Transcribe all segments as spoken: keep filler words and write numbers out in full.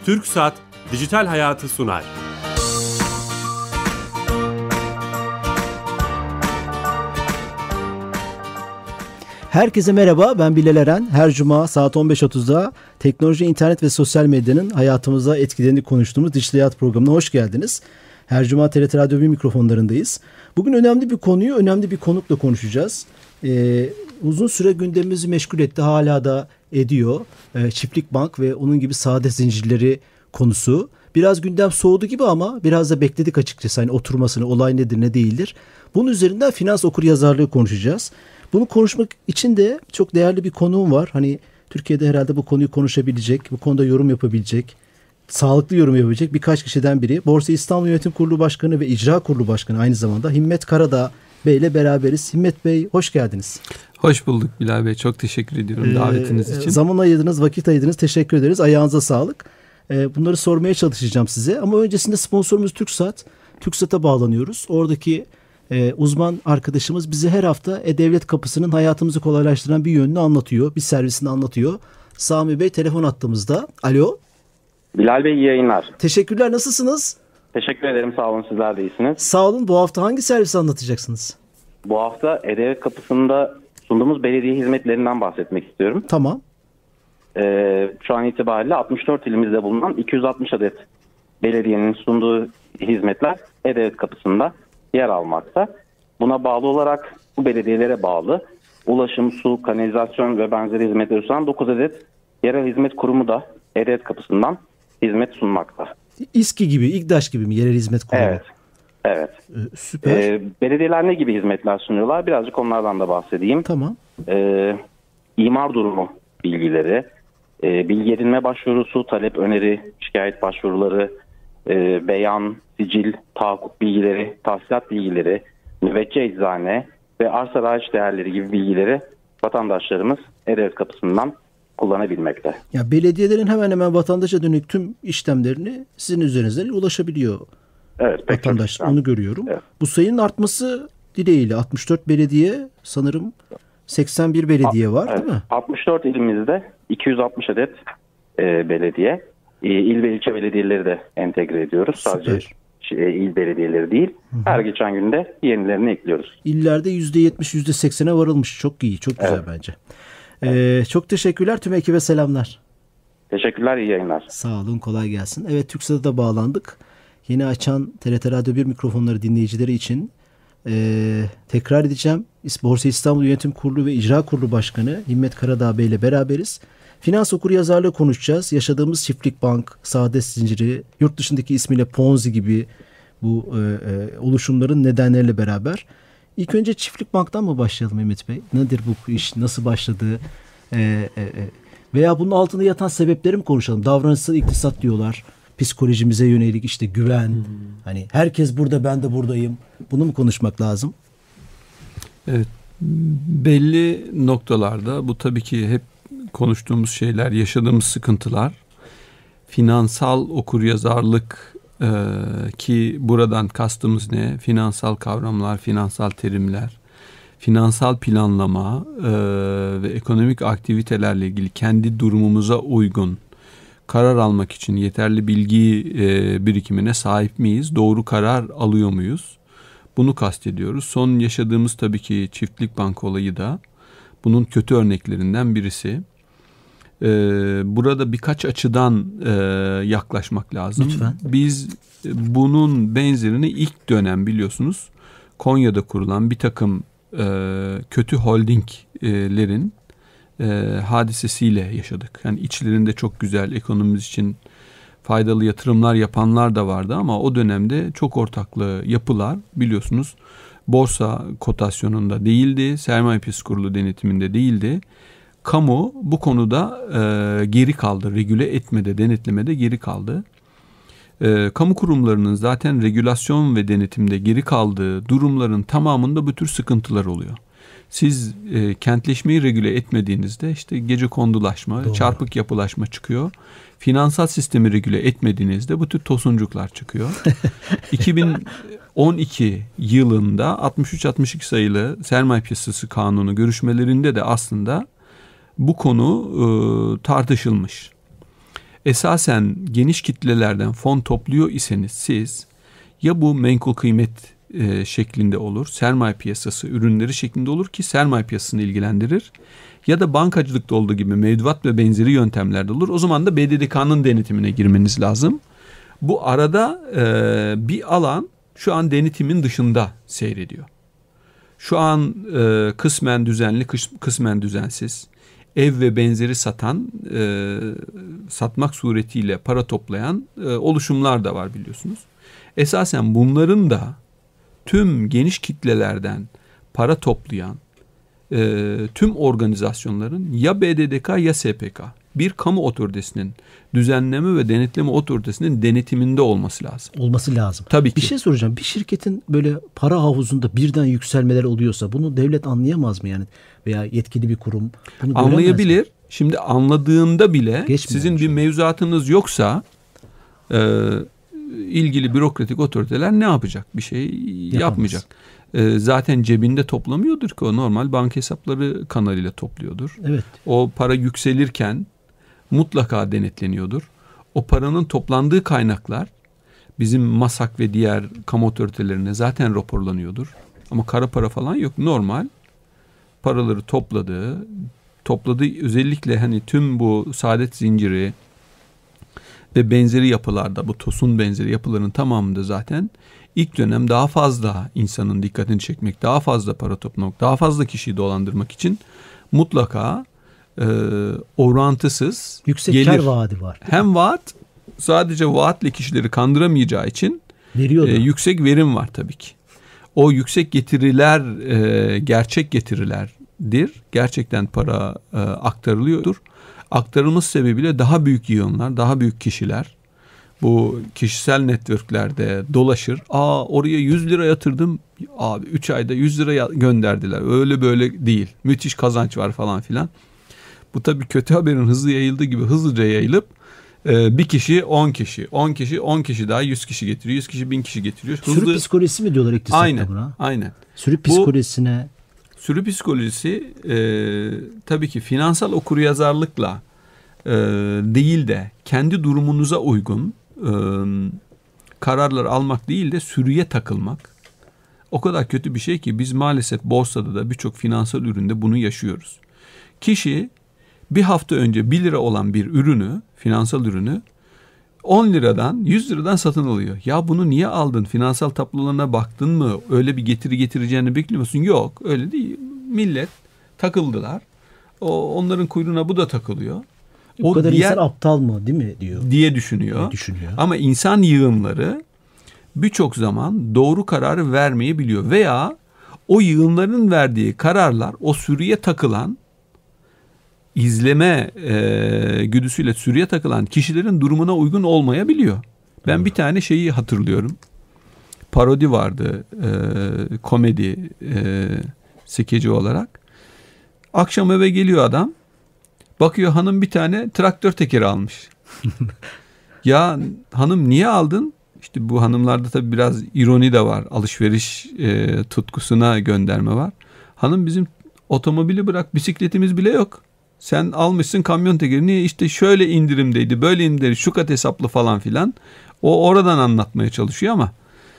TürkSat Dijital Hayatı sunar. Herkese merhaba, ben Bilal Eren. Her cuma saat on beş otuzda teknoloji, internet ve sosyal medyanın hayatımıza etkilerini konuştuğumuz Dijital Hayat programına hoş geldiniz. Her cuma T R T Radyo bir mikrofonlarındayız. Bugün önemli bir konuyu önemli bir konukla konuşacağız. Ee, uzun süre gündemimizi meşgul etti, hala da ediyor. Ee, Çiftlik Bank ve onun gibi sade zincirleri konusu. Biraz gündem soğudu gibi ama biraz da bekledik açıkçası. Hani oturmasını, olay nedir ne değildir. Bunun üzerinden finans okuryazarlığı konuşacağız. Bunu konuşmak için de çok değerli bir konuğum var. Hani Türkiye'de herhalde bu konuyu konuşabilecek, bu konuda yorum yapabilecek, sağlıklı yorum yapabilecek birkaç kişiden biri. Borsa İstanbul Yönetim Kurulu Başkanı ve İcra Kurulu Başkanı aynı zamanda Himmet Karadağ Bey ile beraberiz. Himmet Bey, hoş geldiniz. Hoş bulduk Bilal Bey. Çok teşekkür ediyorum ee, davetiniz için. Zaman ayırdınız, vakit ayırdınız. Teşekkür ederiz. Ayağınıza sağlık. Ee, bunları sormaya çalışacağım size. Ama öncesinde sponsorumuz TürkSat. TürkSat'a bağlanıyoruz. Oradaki e, uzman arkadaşımız bize her hafta E-Devlet Kapısı'nın hayatımızı kolaylaştıran bir yönünü anlatıyor. Bir servisini anlatıyor. Sami Bey telefon attığımızda. Alo. Bilal Bey, iyi yayınlar. Teşekkürler. Nasılsınız? Teşekkür ederim. Sağ olun. Sizler de iyisiniz. Sağ olun. Bu hafta hangi servisi anlatacaksınız? Bu hafta E-Devlet Kapısı'nda sunduğumuz belediye hizmetlerinden bahsetmek istiyorum. Tamam. Ee, şu an itibariyle altmış dört ilimizde bulunan iki yüz altmış adet belediyenin sunduğu hizmetler E-Devlet Kapısı'nda yer almakta. Buna bağlı olarak bu belediyelere bağlı ulaşım, su, kanalizasyon ve benzeri hizmetleri sunan dokuz adet yerel hizmet kurumu da E-Devlet Kapısı'ndan hizmet sunmakta. İSKİ gibi, İGDAŞ gibi mi yerel hizmet kurumu? Evet. Evet. Ee, süper. Ee, belediyeler ne gibi hizmetler sunuyorlar? Birazcık onlardan da bahsedeyim. Tamam. Ee, imar durumu bilgileri, e, bilgi edinme başvurusu, talep, öneri, şikayet başvuruları, e, beyan, sicil, tahakkuk bilgileri, tahsilat bilgileri, müvecceh eczane ve arsa raiç değerleri gibi bilgileri vatandaşlarımız E-Devlet Kapısı'ndan kullanabilmekte. Ya belediyelerin hemen hemen vatandaşa dönük tüm işlemlerini sizin üzerinizden ulaşabiliyor. Evet, vatandaş, onu görüyorum. Evet. Bu sayının artması dileğiyle altmış dört belediye, sanırım seksen bir belediye var, evet, değil mi? altmış dört ilimizde iki yüz altmış adet e, belediye, e, il ve ilçe belediyeleri de entegre ediyoruz. Süper. Sadece e, il belediyeleri değil. Hı-hı. Her geçen günde yenilerini ekliyoruz. İllerde yüzde yetmiş yüzde seksene varılmış. Çok iyi, çok güzel, evet, bence. Ee, çok teşekkürler. Tüm ekibe selamlar. Teşekkürler, iyi yayınlar. Sağ olun, kolay gelsin. Evet, TürkSat'a da bağlandık. Yeni açan T R T Radyo bir mikrofonları dinleyicileri için e, tekrar edeceğim. Borsa İstanbul Yönetim Kurulu ve İcra Kurulu Başkanı Himmet Karadağ Bey ile beraberiz. Finans okuryazarlığı konuşacağız. Yaşadığımız Çiftlik Bank, Saadet Zinciri, yurt dışındaki ismiyle Ponzi gibi bu e, e, oluşumların nedenleriyle beraber. İlk önce Çiftlik Bank'tan mı başlayalım Himmet Bey? Nedir bu iş? Nasıl başladı? E, e, e, veya bunun altında yatan sebepleri mi konuşalım? Davranışsal iktisat diyorlar. Psikolojimize yönelik işte güven. Hmm. Hani herkes burada, ben de buradayım. Bunu mu konuşmak lazım? Evet. Belli noktalarda bu tabii ki hep konuştuğumuz şeyler, yaşadığımız sıkıntılar. Finansal okuryazarlık e, ki buradan kastımız ne? Finansal kavramlar, finansal terimler, finansal planlama e, ve ekonomik aktivitelerle ilgili kendi durumumuza uygun karar almak için yeterli bilgi e, birikimine sahip miyiz? Doğru karar alıyor muyuz? Bunu kastediyoruz. Son yaşadığımız tabii ki Çiftlik Bank olayı da bunun kötü örneklerinden birisi. E, burada birkaç açıdan e, yaklaşmak lazım. Lütfen. Biz bunun benzerini ilk dönem biliyorsunuz Konya'da kurulan bir takım e, kötü holdinglerin E, hadisesiyle yaşadık. Yani içlerinde çok güzel, ekonomimiz için faydalı yatırımlar yapanlar da vardı ama o dönemde çok ortaklı yapılar biliyorsunuz borsa kotasyonunda değildi, sermaye piyasası kurulu denetiminde değildi. Kamu bu konuda e, geri kaldı, regüle etmede, denetlemede geri kaldı. E, kamu kurumlarının zaten regülasyon ve denetimde geri kaldığı durumların tamamında bu tür sıkıntılar oluyor. Siz e, kentleşmeyi regüle etmediğinizde işte gecekondulaşma, doğru, çarpık yapılaşma çıkıyor. Finansal sistemi regüle etmediğinizde bu tür tosuncuklar çıkıyor. iki bin on iki yılında altmış üç altmış iki sayılı Sermaye Piyasası Kanunu görüşmelerinde de aslında bu konu e, tartışılmış. esasen geniş kitlelerden fon topluyor iseniz siz ya bu menkul kıymet e, şeklinde olur, sermaye piyasası ürünleri şeklinde olur ki sermaye piyasasını ilgilendirir, ya da bankacılıkta olduğu gibi mevduat ve benzeri yöntemlerde olur. O zaman da B D D K'nın denetimine girmeniz lazım. Bu arada e, bir alan şu an denetimin dışında seyrediyor. Şu an e, kısmen düzenli, kıs, kısmen düzensiz, ev ve benzeri satan, e, satmak suretiyle para toplayan e, oluşumlar da var biliyorsunuz. Esasen bunların da tüm geniş kitlelerden para toplayan e, tüm organizasyonların ya B D D K ya S P K, bir kamu otoritesinin, düzenleme ve denetleme otoritesinin denetiminde olması lazım. Olması lazım. Tabii ki. Bir şey soracağım. Bir şirketin böyle para havuzunda birden yükselmeler oluyorsa bunu devlet anlayamaz mı yani? Veya yetkili bir kurum bunu anlayabilir. Mi? Şimdi anladığında bile Geçmiyor sizin bir mevzuatınız yoksa e, ilgili bürokratik otoriteler ne yapacak? Bir şey Yapamaz. yapmayacak. E, zaten cebinde toplamıyordur ki, o normal banka hesapları kanalıyla topluyordur. Evet. O para yükselirken mutlaka denetleniyordur. O paranın toplandığı kaynaklar bizim MASAK ve diğer kamu otoritelerine zaten raporlanıyordur. Ama kara para falan yok. Normal paraları topladığı, topladığı özellikle hani tüm bu saadet zinciri ve benzeri yapılarda, bu TOS'un benzeri yapıların tamamında zaten ilk dönem daha fazla insanın dikkatini çekmek, daha fazla para toplamak, daha fazla kişiyi dolandırmak için mutlaka e, orantısız yüksek gelir. kar vaadi var. Hem vaat, sadece vaatle kişileri kandıramayacağı için e, yüksek verim var tabii ki. O yüksek getiriler e, gerçek getirilerdir. Gerçekten para e, aktarılıyordur. Aktarılması sebebiyle daha büyük yığınlar, daha büyük kişiler bu kişisel networklerde dolaşır. Aa, oraya yüz lira yatırdım. Abi üç ayda yüz lira gönderdiler. Öyle böyle değil. Müthiş kazanç var falan filan. Bu tabii kötü haberin hızlı yayıldığı gibi hızlıca yayılıp e, bir kişi on kişi, on kişi on kişi daha yüz kişi getiriyor. yüz kişi bin kişi getiriyor. Hızlı... Sürü psikolojisi mi diyorlar iktisatta aynen, buna? Aynen. Sürü psikolojisine... Bu, sürü psikolojisi e, tabii ki finansal okuryazarlıkla e, değil de kendi durumunuza uygun e, kararlar almak değil de sürüye takılmak o kadar kötü bir şey ki biz maalesef borsada da birçok finansal üründe bunu yaşıyoruz. Kişi bir hafta önce bir lira olan bir ürünü, finansal ürünü on liradan yüz liradan satın alıyor. Ya bunu niye aldın? Finansal tablolarına baktın mı? Öyle bir getiri getireceğini bekliyor musun? Yok, öyle değil. Millet takıldılar. O onların kuyruğuna bu da takılıyor. O, o kadar diğer, insan aptal mı değil mi diyor. Diye düşünüyor. Diye düşünüyor. Ama insan yığınları birçok zaman doğru kararı vermeyi biliyor veya o yığınların verdiği kararlar o sürüye takılan izleme e, güdüsüyle sürüye takılan kişilerin durumuna uygun olmayabiliyor. Ben bir tane şeyi hatırlıyorum. Parodi vardı. E, komedi e, skeci olarak. Akşam eve geliyor adam. Bakıyor hanım bir tane traktör tekeri almış. Ya hanım niye aldın? İşte bu hanımlarda tabii biraz ironi de var. Alışveriş e, tutkusuna gönderme var. Hanım bizim otomobili bırak bisikletimiz bile yok. Sen almışsın kamyon tekerini, işte şöyle indirimdeydi, böyle indirimdeydi, şu kat hesaplı falan filan. O oradan anlatmaya çalışıyor ama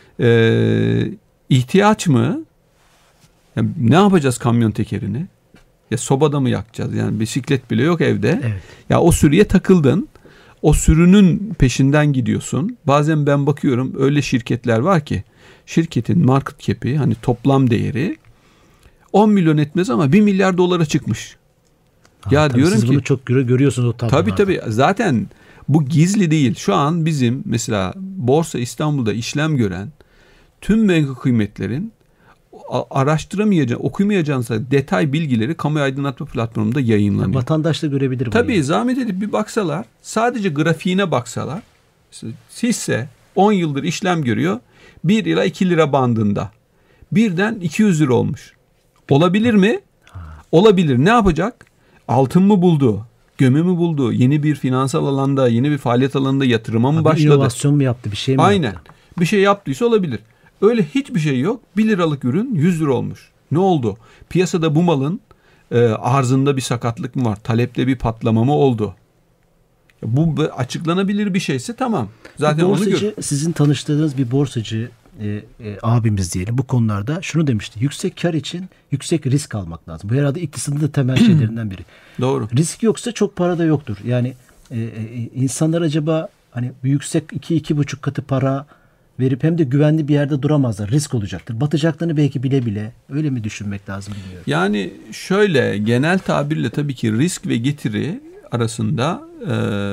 e, ihtiyaç mı? Yani ne yapacağız kamyon tekerini? Ya sobada mı yakacağız? Yani bisiklet bile yok evde. Evet. Ya o sürüye takıldın. O sürünün peşinden gidiyorsun. Bazen ben bakıyorum öyle şirketler var ki şirketin market cap'i, hani toplam değeri on milyon etmez ama bir milyar dolara çıkmış. Ha, ya diyorum siz ki bunu çok görüyorsunuz o tablolarda. Tabii tabii. Zaten bu gizli değil. Şu an bizim mesela Borsa İstanbul'da işlem gören tüm menkul kıymetlerin araştıramayacağınız, okumayacağınız detay bilgileri kamu aydınlatma platformunda yayınlanıyor. Ya, vatandaş da görebilir bunu. Tabii yani. zahmet edip bir baksalar, sadece grafiğine baksalar, hisse on yıldır işlem görüyor, bir ila iki lira bandında. Birden iki yüz lira olmuş. Olabilir mi? Olabilir. Ne yapacak? Altın mı buldu? Gömü mü buldu? Yeni bir finansal alanda, yeni bir faaliyet alanında yatırıma mı Abi başladı? İnovasyon mu yaptı? Bir şey mi Aynen. yaptı? Bir şey yaptıysa olabilir. Öyle hiçbir şey yok. bir liralık ürün yüz lira olmuş. Ne oldu? Piyasada bu malın e, arzında bir sakatlık mı var? Talepte bir patlama mı oldu? Bu açıklanabilir bir şeyse tamam. Zaten bir borsacı, onu gör. Sizin tanıştığınız bir borsacı e, e, abimiz diyelim bu konularda şunu demişti. Yüksek kar için yüksek risk almak lazım. Bu herhalde iktisadın da temel şeylerinden biri. Doğru. Risk yoksa çok para da yoktur. Yani e, e, insanlar acaba hani yüksek iki iki buçuk katı para verip hem de güvenli bir yerde duramazlar. Risk olacaktır. Batacaklarını belki bile bile öyle mi düşünmek lazım bilmiyorum. Yani şöyle genel tabirle tabii ki risk ve getiri arasında e,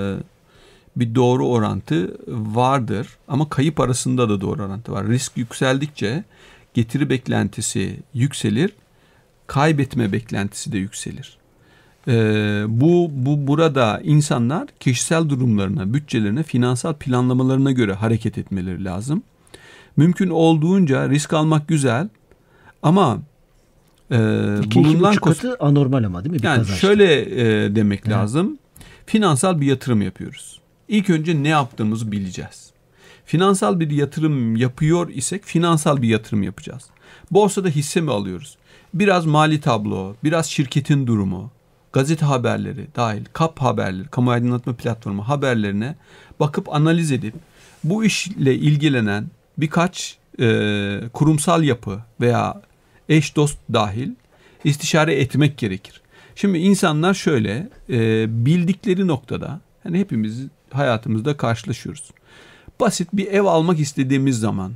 bir doğru orantı vardır. Ama kayıp arasında da doğru orantı var. Risk yükseldikçe getiri beklentisi yükselir. Kaybetme beklentisi de yükselir. Ee, bu, bu burada insanlar kişisel durumlarına, bütçelerine, finansal planlamalarına göre hareket etmeleri lazım. Mümkün olduğunca risk almak güzel ama e, iki, bulunan iki buçuk katı anormal ama değil mi? Bir yani kazançta. şöyle e, demek Evet. lazım. Finansal bir yatırım yapıyoruz. İlk önce ne yaptığımızı bileceğiz. Finansal bir yatırım yapıyor isek finansal bir yatırım yapacağız. Borsada hisse mi alıyoruz? Biraz mali tablo, biraz şirketin durumu, gazete haberleri dahil, kap haberleri, kamu aydınlatma platformu haberlerine bakıp analiz edip bu işle ilgilenen birkaç e, kurumsal yapı veya eş dost dahil istişare etmek gerekir. Şimdi insanlar şöyle e, bildikleri noktada hani hepimiz hayatımızda karşılaşıyoruz. Basit bir ev almak istediğimiz zaman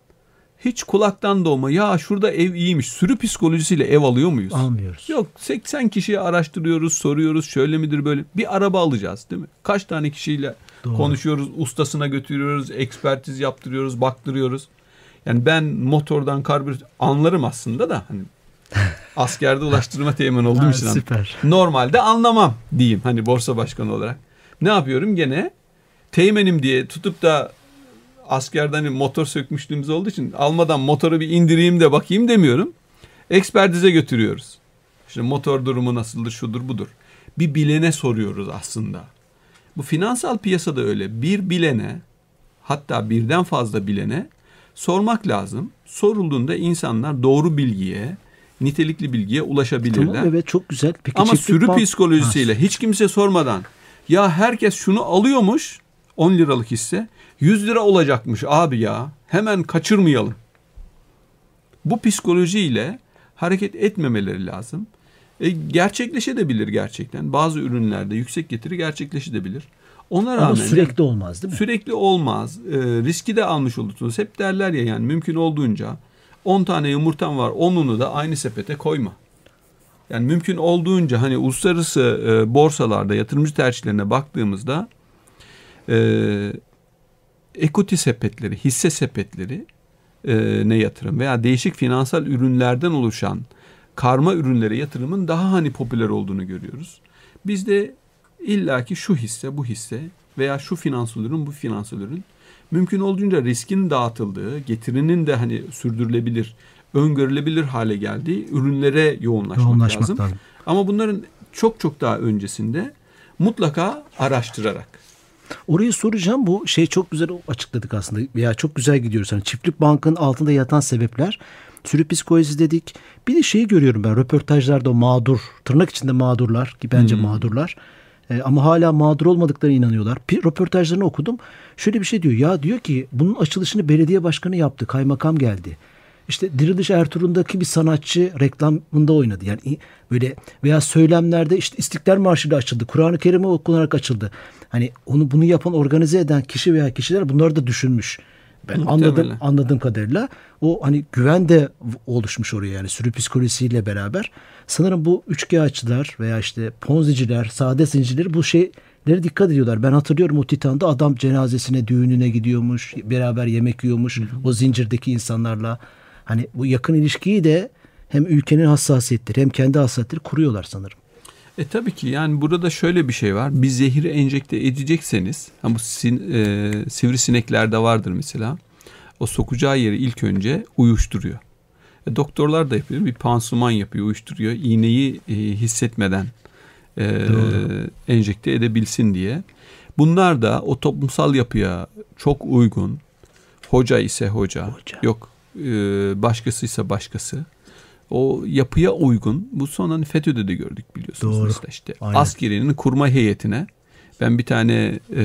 hiç kulaktan doğma ya şurada ev iyiymiş sürü psikolojisiyle ev alıyor muyuz? Almıyoruz. Yok seksen kişiyi araştırıyoruz, soruyoruz şöyle midir böyle. Bir araba alacağız değil mi? Kaç tane kişiyle Doğru. konuşuyoruz, ustasına götürüyoruz, ekspertiz yaptırıyoruz, baktırıyoruz. Yani ben motordan karbüratör anlarım aslında da hani askerde ulaştırma teğmen olduğum Ha, için. süper. Normalde anlamam diyeyim hani borsa başkanı olarak. Ne yapıyorum gene? Teğmenim diye tutup da askerden hani motor sökmüşlüğümüz olduğu için almadan motoru bir indireyim de bakayım demiyorum. Ekspertize götürüyoruz. İşte motor durumu nasıldır, şudur budur. Bir bilene soruyoruz aslında. Bu finansal piyasada öyle. Bir bilene, hatta birden fazla bilene sormak lazım. Sorulduğunda insanlar doğru bilgiye, nitelikli bilgiye ulaşabilirler. Tamam, evet çok güzel. Peki, Ama çiftlik sürü bank- psikolojisiyle Ha, hiç kimse sormadan ya herkes şunu alıyormuş on liralık hisse yüz lira olacakmış abi ya hemen kaçırmayalım. Bu psikolojiyle hareket etmemeleri lazım. E, gerçekleşebilir gerçekten. Bazı ürünlerde yüksek getiri gerçekleşebilir. Ona Ama rağmen sürekli olmaz değil mi? Sürekli olmaz. E, riski de almış olursunuz. Hep derler ya yani mümkün olduğunca on tane yumurtan var onunu da aynı sepete koyma. Yani mümkün olduğunca hani uluslararası e, borsalarda yatırımcı tercihlerine baktığımızda e, equity sepetleri, hisse sepetleri e, ne yatırım veya değişik finansal ürünlerden oluşan karma ürünlere yatırımın daha hani popüler olduğunu görüyoruz. Biz de illaki şu hisse, bu hisse veya şu finansal ürün, bu finansal ürün mümkün olduğunca riskin dağıtıldığı, getirinin de hani sürdürülebilir, öngörülebilir hale geldiği ürünlere yoğunlaşmak, Yoğunlaşmak lazım. lazım. Ama bunların çok çok daha öncesinde mutlaka araştırarak. Orayı soracağım. Bu şey çok güzel açıkladık aslında. Ya çok güzel gidiyoruz. Hani çiftlik bankın altında yatan sebepler. Sürü psikolojisi dedik. Bir de şeyi görüyorum ben röportajlarda o mağdur, tırnak içinde mağdurlar ki bence Hmm. mağdurlar. E, ama hala mağdur olmadıklarına inanıyorlar. Bir röportajlarını okudum. Şöyle bir şey diyor. Ya diyor ki bunun açılışını belediye başkanı yaptı. Kaymakam geldi. İşte Diriliş Ertuğrul'daki bir sanatçı reklamında oynadı. Yani böyle veya söylemlerde işte İstiklal Marşı ile açıldı. Kur'an-ı Kerim'i okunarak açıldı. Hani onu bunu yapan, organize eden kişi veya kişiler bunları da düşünmüş. Ben Muhtemelen. anladım, anladığım kadarıyla o hani güven de oluşmuş oraya yani sürü psikolojisiyle beraber. Sanırım bu üçkağıtçılar veya işte ponziciler, saadet zincirleri bu şeylere dikkat ediyorlar. Ben hatırlıyorum o Titan'da adam cenazesine, düğününe gidiyormuş, beraber yemek yiyormuş o zincirdeki insanlarla. Hani bu yakın ilişkiyi de hem ülkenin hassasiyetleri hem kendi hassasiyetleri kuruyorlar sanırım. E tabii ki yani burada şöyle bir şey var. Bir zehri enjekte edecekseniz, ha bu sin, e, sivrisineklerde vardır mesela. O sokacağı yeri ilk önce uyuşturuyor. E, doktorlar da yapıyor. Bir pansuman yapıyor, uyuşturuyor. İğneyi e, hissetmeden e, enjekte edebilsin diye. Bunlar da o toplumsal yapıya çok uygun. Hoca ise hoca, Hoca. yok e, başkası ise başkası. O yapıya uygun. Bu son hani FETÖ'de de gördük biliyorsunuz. Doğru. Mesela işte Aynen. askerinin kurma heyetine Ben bir tane e,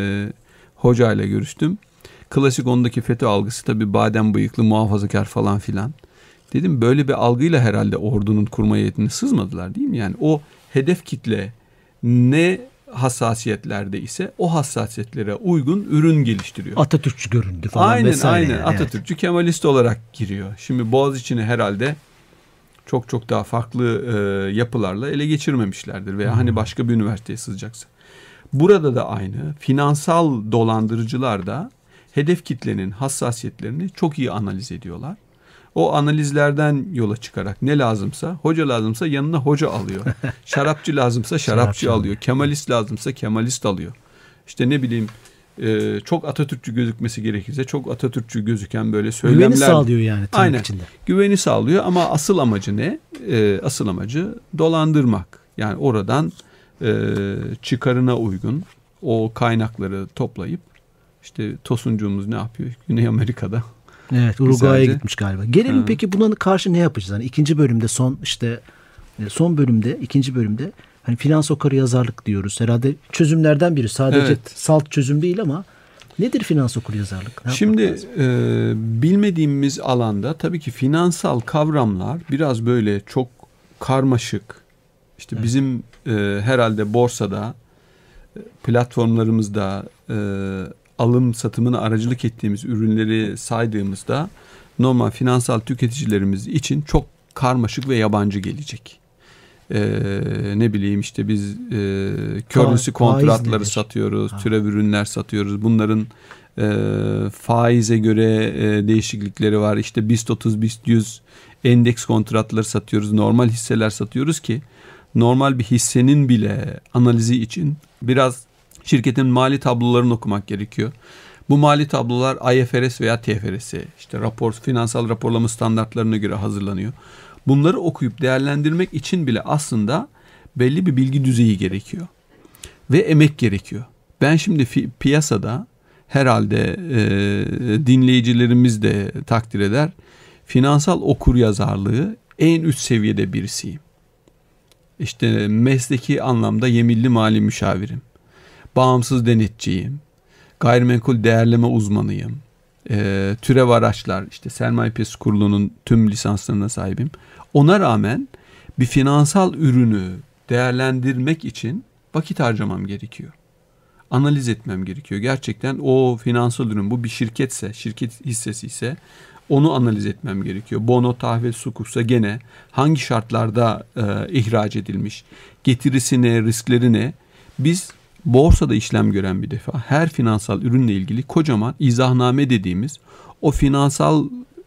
hocayla görüştüm. Klasik ondaki FETÖ algısı tabii badem bıyıklı, muhafazakar falan filan. Dedim böyle bir algıyla herhalde ordunun kurma heyetine sızmadılar değil mi? Yani o hedef kitle ne hassasiyetlerde ise o hassasiyetlere uygun ürün geliştiriyor. Atatürkçü göründü falan aynen, vesaire. Aynen aynen Atatürkçü, evet. Kemalist olarak giriyor. Şimdi Boğaziçi'ni herhalde çok çok daha farklı e, yapılarla ele geçirmemişlerdir. Veya hmm. hani başka bir üniversiteye sızacaksa. Burada da aynı. Finansal dolandırıcılar da hedef kitlenin hassasiyetlerini çok iyi analiz ediyorlar. O analizlerden yola çıkarak ne lazımsa, hoca lazımsa yanına hoca alıyor. Şarapçı lazımsa şarapçı, şarapçı alıyor. Kemalist lazımsa kemalist alıyor. İşte ne bileyim e, çok Atatürkçü gözükmesi gerekirse çok Atatürkçü gözüken böyle söylemler. Güveni sağlıyor yani. Aynen. Içinde. Güveni sağlıyor ama asıl amacı ne? E, asıl amacı dolandırmak. Yani oradan e, çıkarına uygun o kaynakları toplayıp işte Tosuncuğumuz ne yapıyor? Güney Amerika'da. Evet, Uruguay'a gitmiş galiba. Gelelim ha. Peki buna karşı ne yapacağız? Hani ikinci bölümde son işte son bölümde ikinci bölümde hani finans okuryazarlık diyoruz. Herhalde çözümlerden biri. Sadece evet. salt çözüm değil ama nedir finans okuryazarlık? Ne Şimdi e, bilmediğimiz alanda tabii ki finansal kavramlar biraz böyle çok karmaşık. İşte evet. bizim e, herhalde borsada platformlarımızda e, alım satımına aracılık ettiğimiz ürünleri saydığımızda normal finansal tüketicilerimiz için çok karmaşık ve yabancı gelecek. Ee, ne bileyim işte biz e, currency kontratları satıyoruz, ha. türev ürünler satıyoruz. Bunların e, faize göre e, değişiklikleri var. İşte BIST otuz, BIST yüz endeks kontratları satıyoruz. Normal hisseler satıyoruz ki normal bir hissenin bile analizi için biraz şirketin mali tablolarını okumak gerekiyor. Bu mali tablolar I F R S veya T F R S, işte rapor, finansal raporlama standartlarına göre hazırlanıyor. Bunları okuyup değerlendirmek için bile aslında belli bir bilgi düzeyi gerekiyor. Ve emek gerekiyor. Ben şimdi fi, piyasada herhalde e, dinleyicilerimiz de takdir eder. Finansal okuryazarlığı en üst seviyede birisiyim. İşte mesleki anlamda yeminli mali müşavirim. Bağımsız denetçiyim. Gayrimenkul değerleme uzmanıyım. E, türev araçlar, işte Sermaye Piyasası Kurulu'nun tüm lisanslarına sahibim. Ona rağmen bir finansal ürünü değerlendirmek için vakit harcamam gerekiyor. Analiz etmem gerekiyor. Gerçekten o finansal ürün, bu bir şirketse, şirket hissesi ise onu analiz etmem gerekiyor. Bono, tahvil, sukuksa gene hangi şartlarda e, ihraç edilmiş, getirisi ne, riskleri ne? Biz borsada işlem gören bir defa her finansal ürünle ilgili kocaman izahname dediğimiz o finansal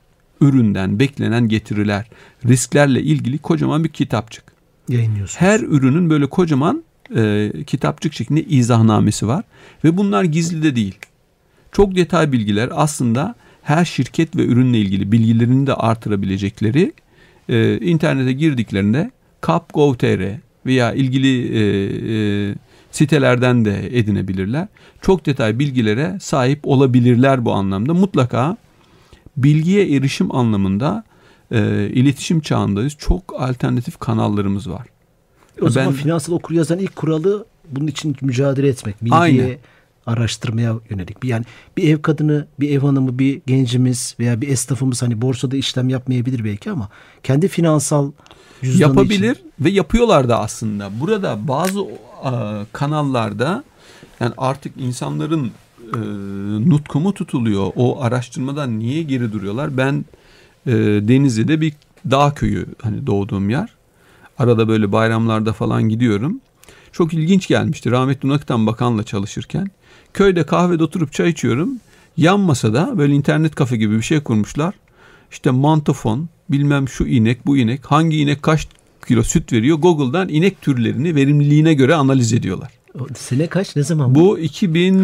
üründen beklenen getiriler, risklerle ilgili kocaman bir kitapçık yayınlıyorsunuz. Her ürünün böyle kocaman e, kitapçık şeklinde izahnamesi var ve bunlar gizli de değil. Çok detay bilgiler, aslında her şirket ve ürünle ilgili bilgilerini de artırabilecekleri e, internete girdiklerinde kap nokta gov nokta tr veya ilgili e, e, sitelerden de edinebilirler. Çok detay bilgilere sahip olabilirler bu anlamda. Mutlaka bilgiye erişim anlamında e, iletişim çağındayız. Çok alternatif kanallarımız var. O ben, zaman finansal okuryazarın ilk kuralı bunun için mücadele etmek. Bilgiye, aynen. araştırmaya yönelik. Yani bir ev kadını, bir ev hanımı, bir gencimiz veya bir esnafımız hani borsada işlem yapmayabilir belki ama kendi finansal cüzdanı yapabilir için... ve yapıyorlar da aslında. Burada bazı a, kanallarda yani artık insanların e, nutku mu tutuluyor? O araştırmadan niye geri duruyorlar? Ben e, Denizli'de bir dağ köyü, hani doğduğum yer. Arada böyle bayramlarda falan gidiyorum. Çok ilginç gelmişti. Rahmetli Nakıtan Bakan'la çalışırken. Köyde kahvede oturup çay içiyorum. Yan masada böyle internet kafe gibi bir şey kurmuşlar. İşte mantofon, bilmem şu inek, bu inek, hangi inek kaç kilo süt veriyor? Google'dan inek türlerini verimliliğine göre analiz ediyorlar. O sene kaç, ne zaman? Bu iki bin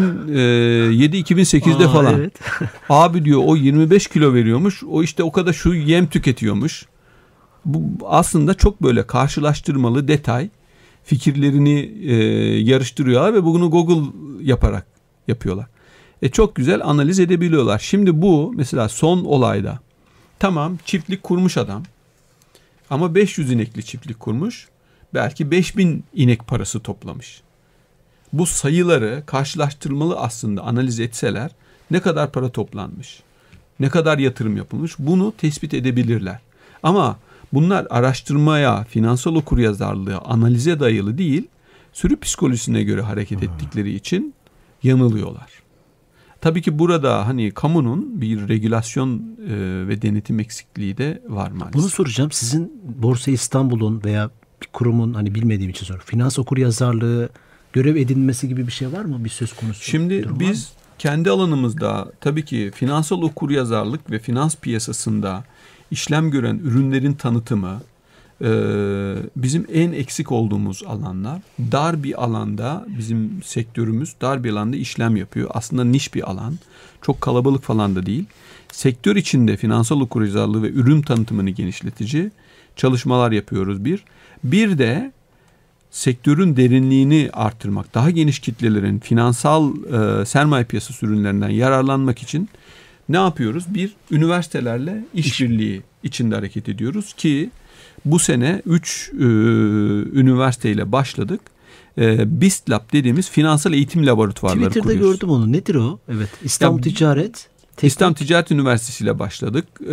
yedi iki bin sekizde Aa, falan. Evet. Abi diyor o yirmi beş kilo veriyormuş. O işte o kadar şu yem tüketiyormuş. Bu aslında çok böyle karşılaştırmalı detay fikirlerini e, yarıştırıyorlar ve bunu Google yaparak yapıyorlar. E çok güzel analiz edebiliyorlar. Şimdi bu mesela son olayda tamam çiftlik kurmuş adam ama beş yüz inekli çiftlik kurmuş. Belki beş bin inek parası toplamış. bu sayıları karşılaştırmalı aslında analiz etseler ne kadar para toplanmış, ne kadar yatırım yapılmış bunu tespit edebilirler. Ama bunlar araştırmaya, finansal okuryazarlığa, analize dayalı değil, sürü psikolojisine göre hareket ettikleri için yanılıyorlar. Tabii ki burada hani kamunun bir regülasyon e, ve denetim eksikliği de var maalesef. Bunu soracağım. Sizin Borsa İstanbul'un veya bir kurumun, hani bilmediğim için soruyorum, finans okuryazarlığı görev edinmesi gibi bir şey var mı? Bir söz konusu. Şimdi biz kendi alanımızda tabii ki finansal okuryazarlık ve finans piyasasında işlem gören ürünlerin tanıtımı e, bizim en eksik olduğumuz alanlar. Dar bir alanda bizim sektörümüz dar bir alanda işlem yapıyor. Aslında niş bir alan. Çok kalabalık falan da değil. Sektör içinde finansal okuryazarlığı ve ürün tanıtımını genişletici çalışmalar yapıyoruz bir. Bir de sektörün derinliğini artırmak, daha geniş kitlelerin finansal e, sermaye piyasası ürünlerinden yararlanmak için ne yapıyoruz? Bir, üniversitelerle işbirliği içinde hareket ediyoruz ki bu sene üç e, üniversiteyle başladık. E, BIST Lab dediğimiz finansal eğitim laboratuvarları Twitter'da kuruyoruz. Twitter'da gördüm onu. Nedir o? Evet. İstanbul Ya, Ticaret. İstanbul Ticaret Üniversitesi ile başladık. Ee,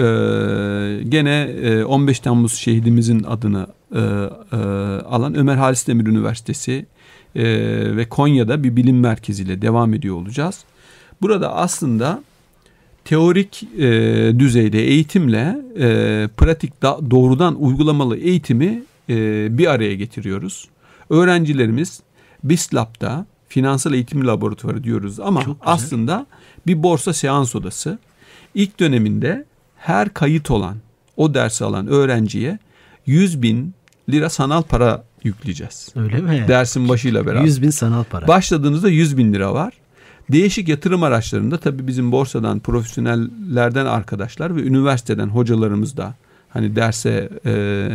gene e, on beş Temmuz şehidimizin adını e, e, alan Ömer Halis Demir Üniversitesi e, ve Konya'da bir bilim merkeziyle devam ediyor olacağız. Burada aslında teorik e, düzeyde eğitimle e, pratik da, doğrudan uygulamalı eğitimi e, bir araya getiriyoruz. Öğrencilerimiz BIST Lab'da finansal eğitim laboratuvarı diyoruz ama aslında bir borsa seans odası. İlk döneminde her kayıt olan, o dersi alan öğrenciye yüz bin lira sanal para yükleyeceğiz. Öyle mi? Dersin başıyla beraber. yüz bin sanal para. Başladığınızda yüz bin lira var. Değişik yatırım araçlarında tabii bizim borsadan, profesyonellerden arkadaşlar ve üniversiteden hocalarımız da hani derse e,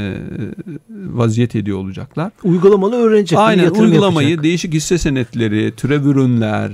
vaziyet ediyor olacaklar. Uygulamalı öğrenecek. Aynen, uygulamayı, yapacak. değişik hisse senetleri, türev ürünler,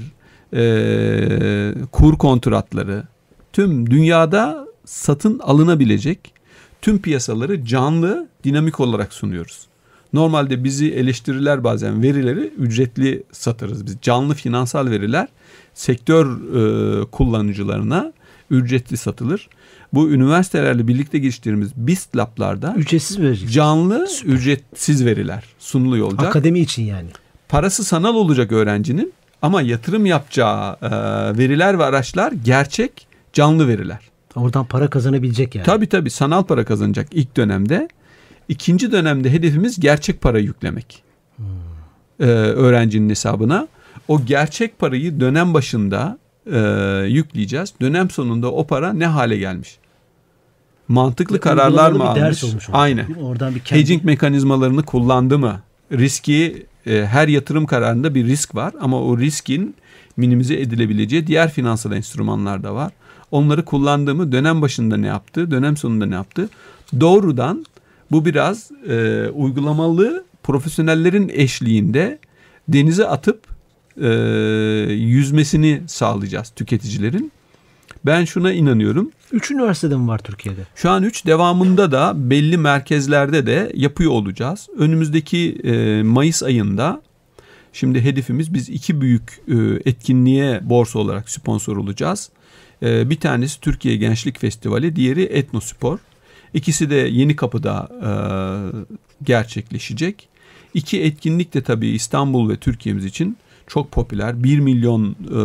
e, kur kontratları, tüm dünyada satın alınabilecek tüm piyasaları canlı, dinamik olarak sunuyoruz. Normalde bizi eleştirirler bazen, verileri ücretli satarız biz. Canlı finansal veriler sektör e, kullanıcılarına ücretli satılır. Bu üniversitelerle birlikte geliştirdiğimiz BIST Lab'larda ücretsiz verecek. Canlı, Süper. ücretsiz veriler sunuluyor olacak. Akademi için yani. Parası sanal olacak öğrencinin ama yatırım yapacağı e, veriler ve araçlar gerçek, canlı veriler. Oradan para kazanabilecek yani. Tabii tabii sanal para kazanacak ilk dönemde. İkinci dönemde hedefimiz gerçek para yüklemek. Hmm. Ee, öğrencinin hesabına. O gerçek parayı dönem başında e, yükleyeceğiz. Dönem sonunda o para ne hale gelmiş? Mantıklı Ve kararlar mı almış? Ders olmuş oldu. Aynen. Oradan bir kendi... Hedging mekanizmalarını kullandı mı? Riski, e, her yatırım kararında bir risk var ama o riskin minimize edilebileceği diğer finansal enstrümanlar da var. Onları kullandı mı? Dönem başında ne yaptı? Dönem sonunda ne yaptı? Doğrudan bu biraz e, uygulamalı profesyonellerin eşliğinde denize atıp e, yüzmesini sağlayacağız tüketicilerin. Ben şuna inanıyorum. Üç üniversitede mi var Türkiye'de? Şu an üç, devamında da belli merkezlerde de yapıyor olacağız. Önümüzdeki e, Mayıs ayında şimdi hedefimiz, biz iki büyük e, etkinliğe borsa olarak sponsor olacağız. E, bir tanesi Türkiye Gençlik Festivali, diğeri Etnospor. İkisi de Yenikapı'da e, gerçekleşecek. İki etkinlik de tabii İstanbul ve Türkiye'miz için çok popüler. Bir milyon e,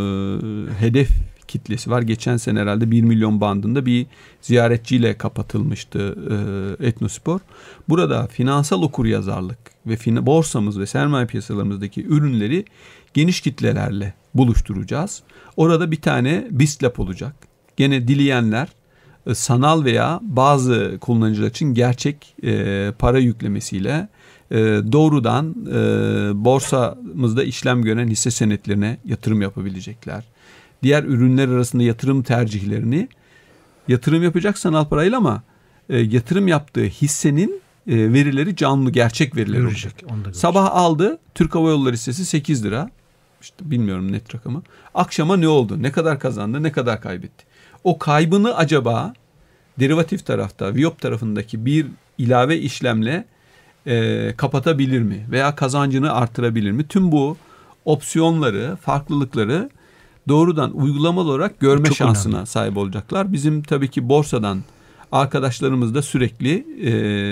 hedef kitlesi var. Geçen sene herhalde bir milyon bandında bir ziyaretçiyle kapatılmıştı e, Etnospor. Burada finansal okuryazarlık ve fin- borsamız ve sermaye piyasalarımızdaki ürünleri geniş kitlelerle buluşturacağız. Orada bir tane BIST Lab olacak. Gene dileyenler sanal veya bazı kullanıcılar için gerçek e, para yüklemesiyle e, doğrudan e, borsamızda işlem gören hisse senetlerine yatırım yapabilecekler. Diğer ürünler arasında yatırım tercihlerini, yatırım yapacak sanal parayla ama e, yatırım yaptığı hissenin e, verileri canlı, gerçek veriler olacak. Sabah aldı, Türk Hava Yolları hissesi sekiz lira. İşte bilmiyorum net rakamı. Akşama ne oldu? Ne kadar kazandı? Ne kadar kaybetti? O kaybını acaba derivatif tarafta, Viyop tarafındaki bir ilave işlemle e, kapatabilir mi? Veya kazancını artırabilir mi? Tüm bu opsiyonları, farklılıkları doğrudan uygulamalı olarak görme Çok şansına önemli. sahip olacaklar. Bizim tabii ki borsadan arkadaşlarımız da sürekli e,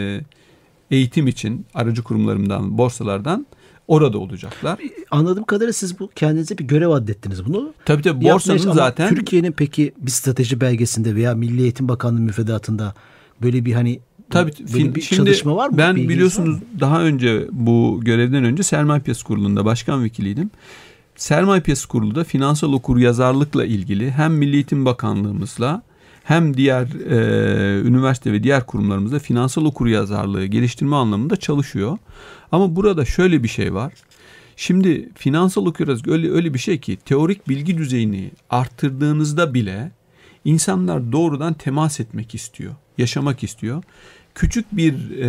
eğitim için aracı kurumlarından, borsalardan orada olacaklar. Anladığım kadarıyla siz bu kendinize bir görev addettiniz bunu. Tabii tabii Yapmaya- borsanın ama zaten Türkiye'nin peki bir strateji belgesinde veya Milli Eğitim Bakanlığı müfredatında böyle bir hani tabii böyle fin- bir şimdi çalışma var mı? ben Bilginiz biliyorsunuz var mı? daha önce bu görevden önce Sermaye Piyasası Kurulu'nda başkan vekiliydim. Sermaye Piyasası Kurulu da finansal okuryazarlıkla ilgili hem Milli Eğitim Bakanlığımızla hem diğer e, üniversite ve diğer kurumlarımızda finansal okuryazarlığı geliştirme anlamında çalışıyor. Ama burada şöyle bir şey var. Şimdi finansal okuryazarlık öyle, öyle bir şey ki teorik bilgi düzeyini arttırdığınızda bile insanlar doğrudan temas etmek istiyor, yaşamak istiyor. Küçük bir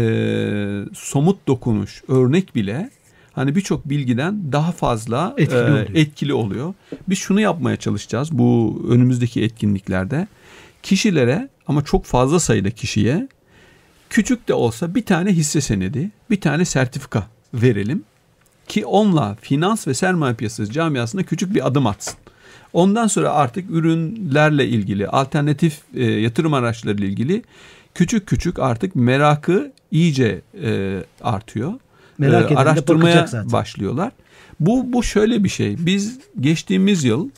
e, somut dokunuş, örnek bile hani birçok bilgiden daha fazla Etkili e, oluyor. etkili oluyor. Biz şunu yapmaya çalışacağız bu önümüzdeki etkinliklerde. Kişilere ama çok fazla sayıda kişiye küçük de olsa bir tane hisse senedi, bir tane sertifika verelim ki onunla finans ve sermaye piyasası camiasında küçük bir adım atsın. Ondan sonra artık ürünlerle ilgili, alternatif e, yatırım araçlarıyla ilgili küçük küçük artık merakı iyice e, artıyor. Merak E, eden de araştırmaya bakacak zaten. başlıyorlar. Bu bu şöyle bir şey. Biz geçtiğimiz yıl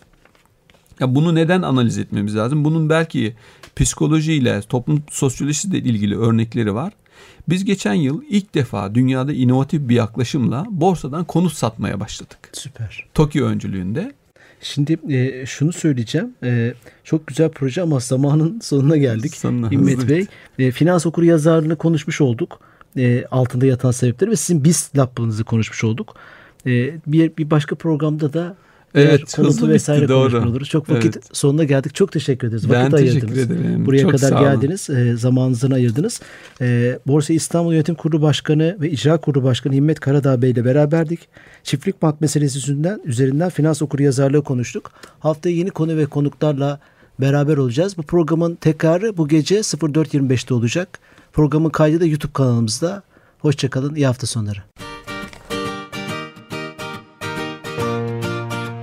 ya bunu neden analiz etmemiz lazım? Bunun belki psikolojiyle, toplum sosyolojisiyle ilgili örnekleri var. Biz geçen yıl ilk defa dünyada inovatif bir yaklaşımla borsadan konut satmaya başladık. Süper. TOKİ öncülüğünde. Şimdi e, şunu söyleyeceğim. E, çok güzel proje ama zamanın sonuna geldik. Sonuna İmmet hızlı Bey, e, finans okuryazarlığını konuşmuş olduk. E, altında yatan sebepleri ve sizin BIST labınızı konuşmuş olduk. E, bir, bir başka programda da Evet, diğer hızlı konutu bitti, vesaire doğru. konuşmuş oluruz. Çok vakit Evet. sonuna geldik. Çok teşekkür ederiz. Ben Vakit teşekkür ayırdınız. ederim. Buraya Çok kadar sağ olun. geldiniz. E, zamanınızı ayırdınız. E, Borsa İstanbul Yönetim Kurulu Başkanı ve İcra Kurulu Başkanı Himmet Karadağ Bey ile beraberdik. Çiftlik bank meselesi üzerinden, üzerinden finans okuryazarlığı konuştuk. Haftaya yeni konu ve konuklarla beraber olacağız. Bu programın tekrarı bu gece sıfır dört yirmi beşte olacak. Programın kaydı da YouTube kanalımızda. Hoşçakalın. İyi hafta sonları.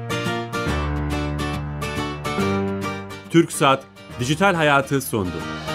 TürkSat Dijital Hayatı sondu.